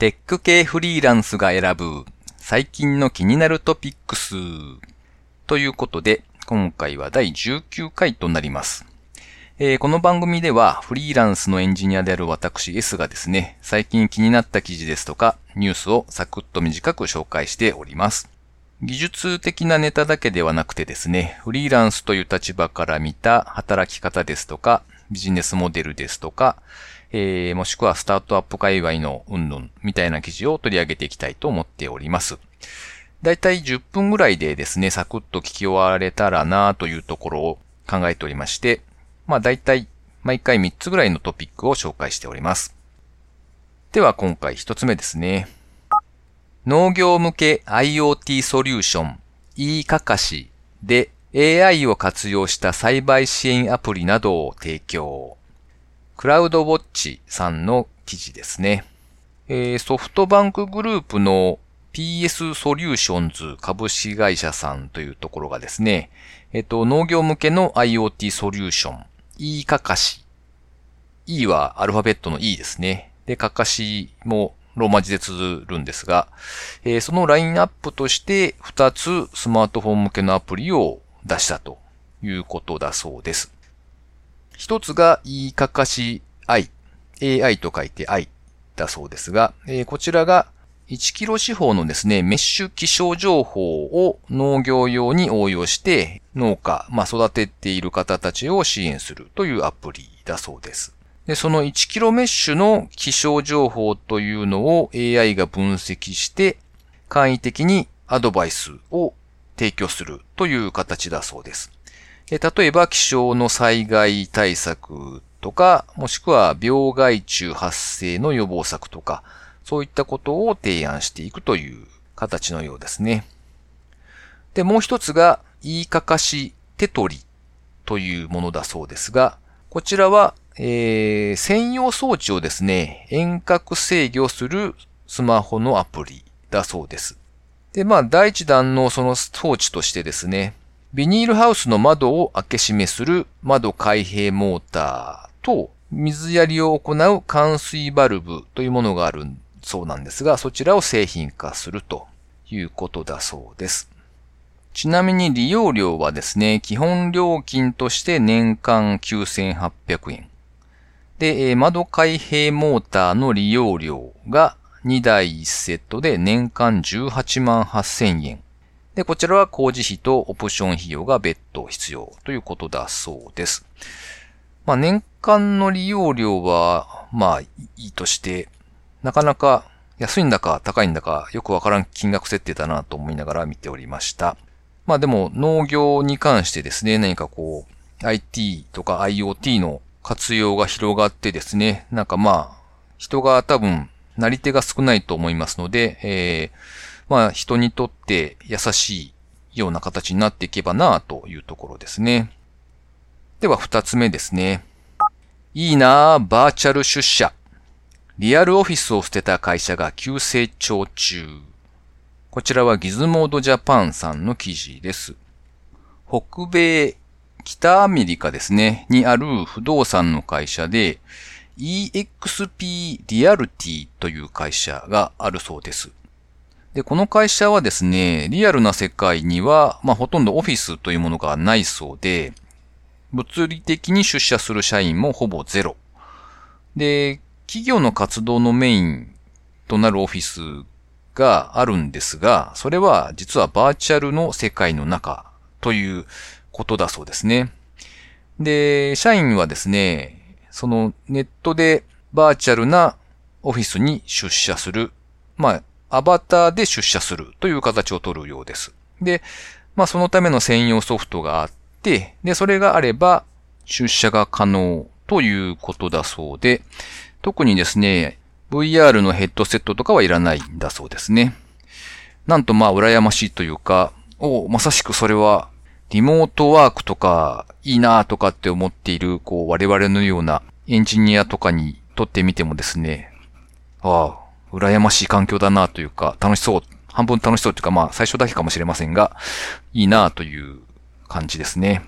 テック系フリーランスが選ぶ最近の気になるトピックスということで、今回は第19回となります。この番組ではフリーランスのエンジニアである私 S がですね、最近気になった記事ですとかニュースをサクッと短く紹介しております。技術的なネタだけではなくてですね、フリーランスという立場から見た働き方ですとか、ビジネスモデルですとか、もしくはスタートアップ界隈の云々みたいな記事を取り上げていきたいと思っております。だいたい10分ぐらいでですね、サクッと聞き終われたらなというところを考えておりまして、だいたい毎回3つぐらいのトピックを紹介しております。では今回1つ目ですね。農業向け IoT ソリューション e-Kakashi で AI を活用した栽培支援アプリなどを提供。クラウドウォッチさんの記事ですね。ソフトバンクグループの PS ソリューションズ株式会社さんというところがですね、農業向けの IoT ソリューション e-Kakashi。E はアルファベットの E ですね。で、Kakashiもローマ字で綴るんですが、そのラインナップとして2つスマートフォン向けのアプリを出したということだそうです。一つが e-Kakashi AI と書いて I だそうですが、こちらが1キロ四方のですね、メッシュ気象情報を農業用に応用して農家、育てている方たちを支援するというアプリだそうです。で、その1キロメッシュの気象情報というのを AI が分析して簡易的にアドバイスを提供するという形だそうです。例えば気象の災害対策とか、もしくは病害虫発生の予防策とか、そういったことを提案していくという形のようですね。で、もう一つがe-Kakashiテトリというものだそうですが、こちらは専用装置をですね、遠隔制御するスマホのアプリだそうです。で、第一弾のその装置としてですね、ビニールハウスの窓を開け閉めする窓開閉モーターと水やりを行う換水バルブというものがあるそうなんですが、そちらを製品化するということだそうです。ちなみに利用料はですね、基本料金として年間9800円。で、窓開閉モーターの利用料が2台1セットで年間18万8000円。で、こちらは工事費とオプション費用が別途必要ということだそうです。年間の利用料は、いいとして、なかなか安いんだか高いんだかよくわからん金額設定だなと思いながら見ておりました。でも農業に関してですね、何かIT とか IoT の活用が広がってですね、人が多分なり手が少ないと思いますので、人にとって優しいような形になっていけばなというところですね。では二つ目ですね。いいなぁ、バーチャル出社。リアルオフィスを捨てた会社が急成長中。こちらはギズモードジャパンさんの記事です。北米、北アメリカですね、にある不動産の会社で EXP リアルティという会社があるそうです。で、この会社はですね、リアルな世界には、ほとんどオフィスというものがないそうで、物理的に出社する社員もほぼゼロ。で、企業の活動のメインとなるオフィスがあるんですが、それは実はバーチャルの世界の中ということだそうですね。で、社員はですね、そのネットでバーチャルなオフィスに出社する、アバターで出社するという形を取るようです。で、そのための専用ソフトがあって、で、それがあれば出社が可能ということだそうで、特にですね、VR のヘッドセットとかはいらないんだそうですね。なんと羨ましいというか、まさしくそれはリモートワークとかいいなとかって思っている我々のようなエンジニアとかにとってみてもですね、羨ましい環境だなというか、楽しそう、半分楽しそうというか最初だけかもしれませんが、いいなという感じですね。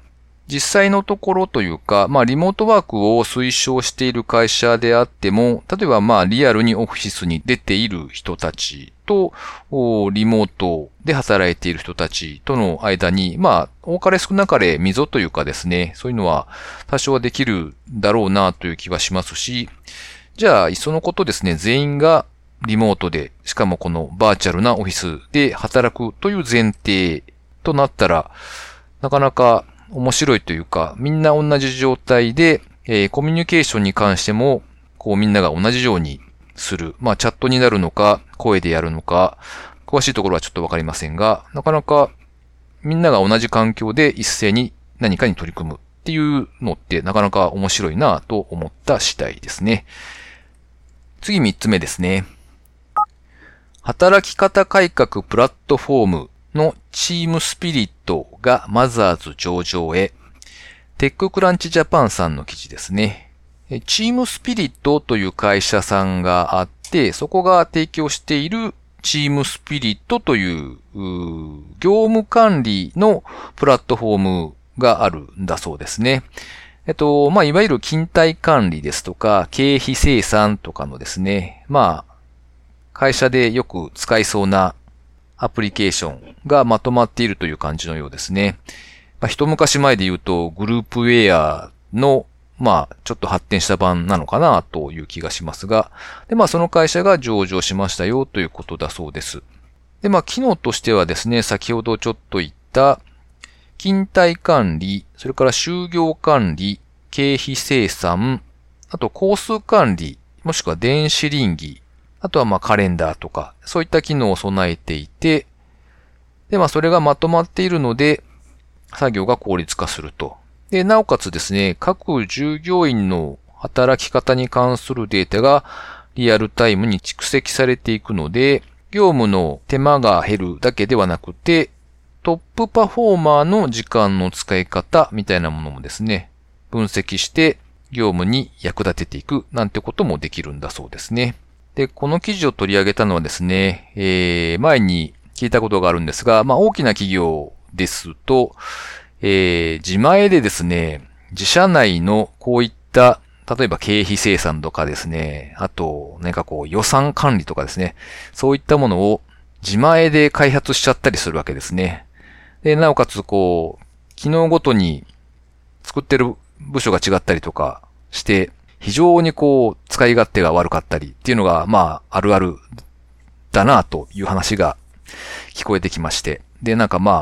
実際のところというか、リモートワークを推奨している会社であっても、例えばリアルにオフィスに出ている人たちと、リモートで働いている人たちとの間に、多かれ少なかれ溝というかですね、そういうのは多少はできるだろうなという気はしますし、じゃあ、いっそのことですね、全員がリモートで、しかもこのバーチャルなオフィスで働くという前提となったら、なかなか面白いというか、みんな同じ状態で、コミュニケーションに関しても、みんなが同じようにする。チャットになるのか、声でやるのか、詳しいところはちょっとわかりませんが、なかなかみんなが同じ環境で一斉に何かに取り組むっていうのってなかなか面白いなと思った次第ですね。次3つ目ですね。働き方改革プラットフォームのチームスピリットがマザーズ上場へ。テッククランチジャパンさんの記事ですね。チームスピリットという会社さんがあって、そこが提供しているチームスピリットという業務管理のプラットフォームがあるんだそうですね。いわゆる勤怠管理ですとか、経費精算とかのですね、会社でよく使いそうなアプリケーションがまとまっているという感じのようですね。一昔前で言うとグループウェアのちょっと発展した版なのかなという気がしますが、でその会社が上場しましたよということだそうです。で機能としてはですね、先ほどちょっと言った勤怠管理、それから就業管理、経費精算、あと工数管理、もしくは電子倫理、あとはカレンダーとか、そういった機能を備えていて、でそれがまとまっているので、作業が効率化すると。で、なおかつですね、各従業員の働き方に関するデータがリアルタイムに蓄積されていくので、業務の手間が減るだけではなくて、トップパフォーマーの時間の使い方みたいなものもですね、分析して業務に役立てていくなんてこともできるんだそうですね。で、この記事を取り上げたのはですね、前に聞いたことがあるんですが、大きな企業ですと、自前でですね、自社内のこういった、例えば経費精算とかですね、あと、予算管理とかですね、そういったものを自前で開発しちゃったりするわけですね。で、なおかつ機能ごとに作ってる部署が違ったりとかして、非常に使い勝手が悪かったりっていうのが、あるあるだなという話が聞こえてきまして。で、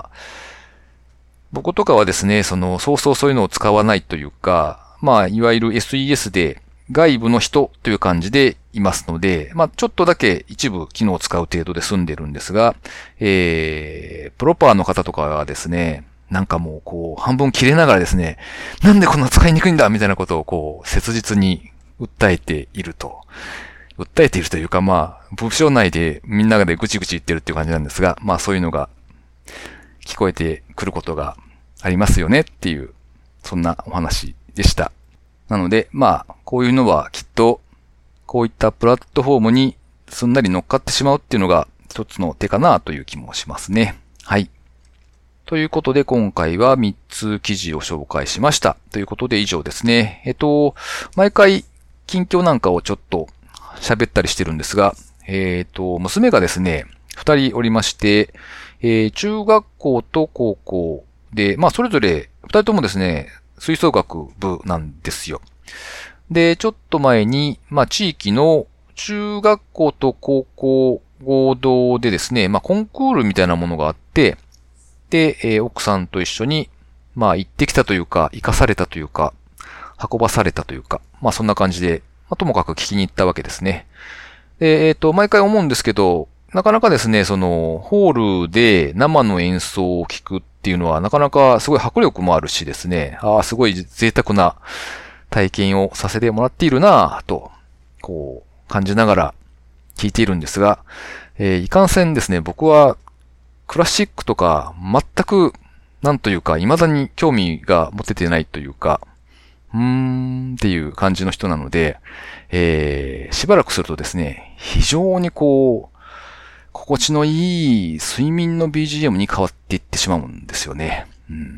僕とかはですね、そうそういうのを使わないというか、いわゆる SES で外部の人という感じでいますので、ちょっとだけ一部機能を使う程度で済んでるんですが、プロパーの方とかはですね、半分切れながらですね、なんでこんな使いにくいんだみたいなことを切実に訴えていると。訴えているというか、部署内でみんなでぐちぐち言ってるっていう感じなんですが、そういうのが聞こえてくることがありますよねっていう、そんなお話でした。なので、こういうのはきっと、こういったプラットフォームにすんなり乗っかってしまうっていうのが一つの手かなという気もしますね。はい。ということで今回は3つ記事を紹介しました。ということで以上ですね。毎回近況なんかをちょっと喋ったりしてるんですが、娘がですね、2人おりまして、中学校と高校で、それぞれ2人ともですね、吹奏楽部なんですよ。で、ちょっと前に、地域の中学校と高校合同でですね、コンクールみたいなものがあって、で、奥さんと一緒に、行ってきたというか、行かされたというか、運ばされたというか、そんな感じで、ともかく聞きに行ったわけですね。で、毎回思うんですけど、なかなかですね、ホールで生の演奏を聞くっていうのは、なかなかすごい迫力もあるしですね、すごい贅沢な体験をさせてもらっているなぁと、感じながら聞いているんですが、いかんせんですね、僕はクラシックとか全く、なんというか、未だに興味が持ててないというか、っていう感じの人なので、しばらくするとですね、非常に心地のいい睡眠の BGM に変わっていってしまうんですよね。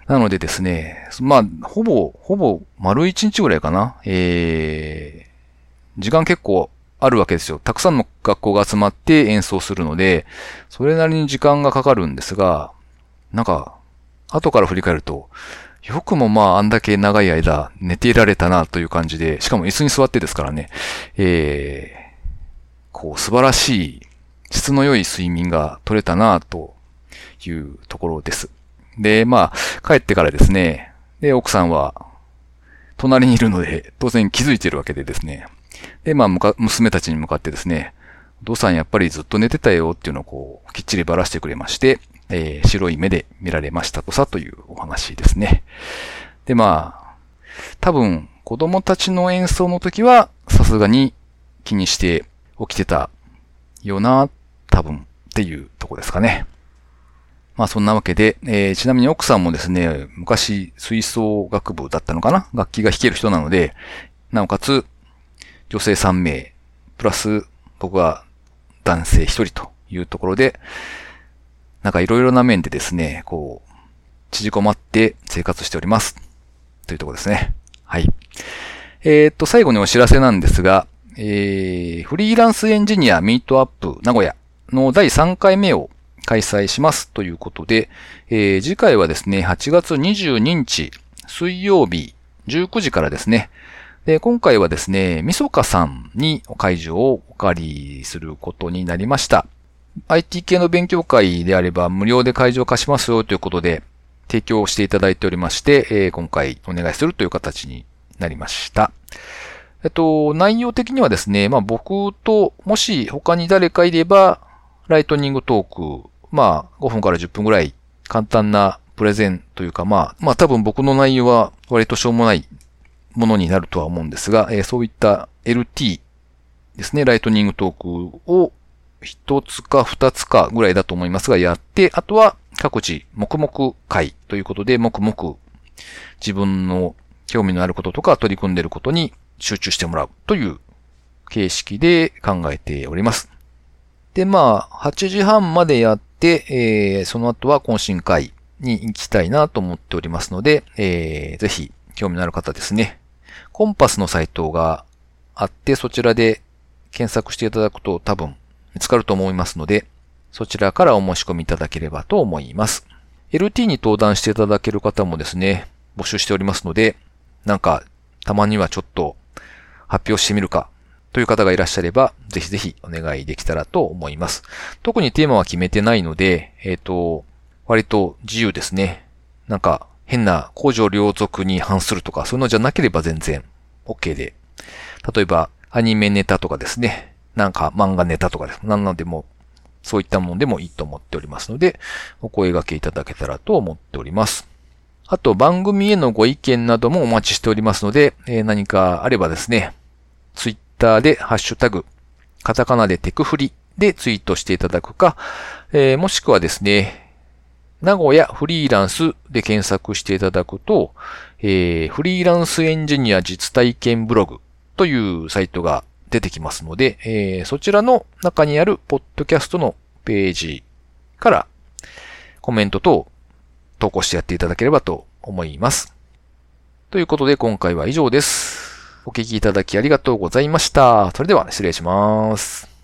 なのでですね、まあ、ほぼ、丸1日ぐらいかな。時間結構あるわけですよ。たくさんの学校が集まって演奏するので、それなりに時間がかかるんですが、なんか、後から振り返ると、よくもまあ、あんだけ長い間寝ていられたなという感じで、しかも椅子に座ってですからね、こう、素晴らしい、質の良い睡眠が取れたなというところです。で、まあ、帰ってからですね、で、奥さんは、隣にいるので、当然気づいているわけでですね、で、まあ、娘たちに向かってですね、お父さんやっぱりずっと寝てたよっていうのをこう、きっちりばらしてくれまして、白い目で見られましたというお話ですね。で、まあ、多分、子供たちの演奏の時は、さすがに気にして起きてたよな、多分、っていうとこですかね。まあそんなわけで、ちなみに奥さんもですね、昔吹奏楽部だったのかな、楽器が弾ける人なので、なおかつ女性3名、プラス僕は男性1人というところで、なんかいろいろな面でですね、こう、縮こまって生活しております。というところですね。はい。最後にお知らせなんですが、フリーランスエンジニアミートアップ名古屋の第3回目を開催しますということで、次回はですね、8月22日水曜日19時からですね。で、今回はですね、みそかさんに会場をお借りすることになりました。IT 系の勉強会であれば無料で会場を貸しますよということで提供していただいておりまして、今回お願いするという形になりました。内容的にはですね、まあ僕ともし他に誰かいればライトニングトーク、まあ5分から10分ぐらい簡単なプレゼンというか、まあ多分僕の内容は割としょうもないものになるとは思うんですが、そういった LT ですね、ライトニングトークを一つか二つかぐらいだと思いますがやって、あとは各自黙々会ということで、黙々自分の興味のあることとか取り組んでいることに集中してもらうという形式で考えております。で、まあ、8時半までやって、その後は懇親会に行きたいなと思っておりますので、ぜひ興味のある方ですね。コンパスのサイトがあって、そちらで検索していただくと多分見つかると思いますので、そちらからお申し込みいただければと思います。LT に登壇していただける方もですね、募集しておりますので、なんかたまにはちょっと発表してみるかという方がいらっしゃれば、ぜひぜひお願いできたらと思います。特にテーマは決めてないので、割と自由ですね。なんか変な公序良俗に反するとか、そういうのじゃなければ全然 OK で。例えばアニメネタとかですね。なんか漫画ネタとかです。なのでも、そういったものでもいいと思っておりますので、お声掛けいただけたらと思っております。あと番組へのご意見などもお待ちしておりますので、何かあればですね、ツイッターでハッシュタグ、カタカナでテクフリでツイートしていただくか、もしくはですね、名古屋フリーランスで検索していただくと、フリーランスエンジニア実体験ブログというサイトが出てきますので、そちらの中にあるポッドキャストのページからコメント等投稿してやっていただければと思います。ということで今回は以上です。お聞きいただきありがとうございました。それでは失礼します。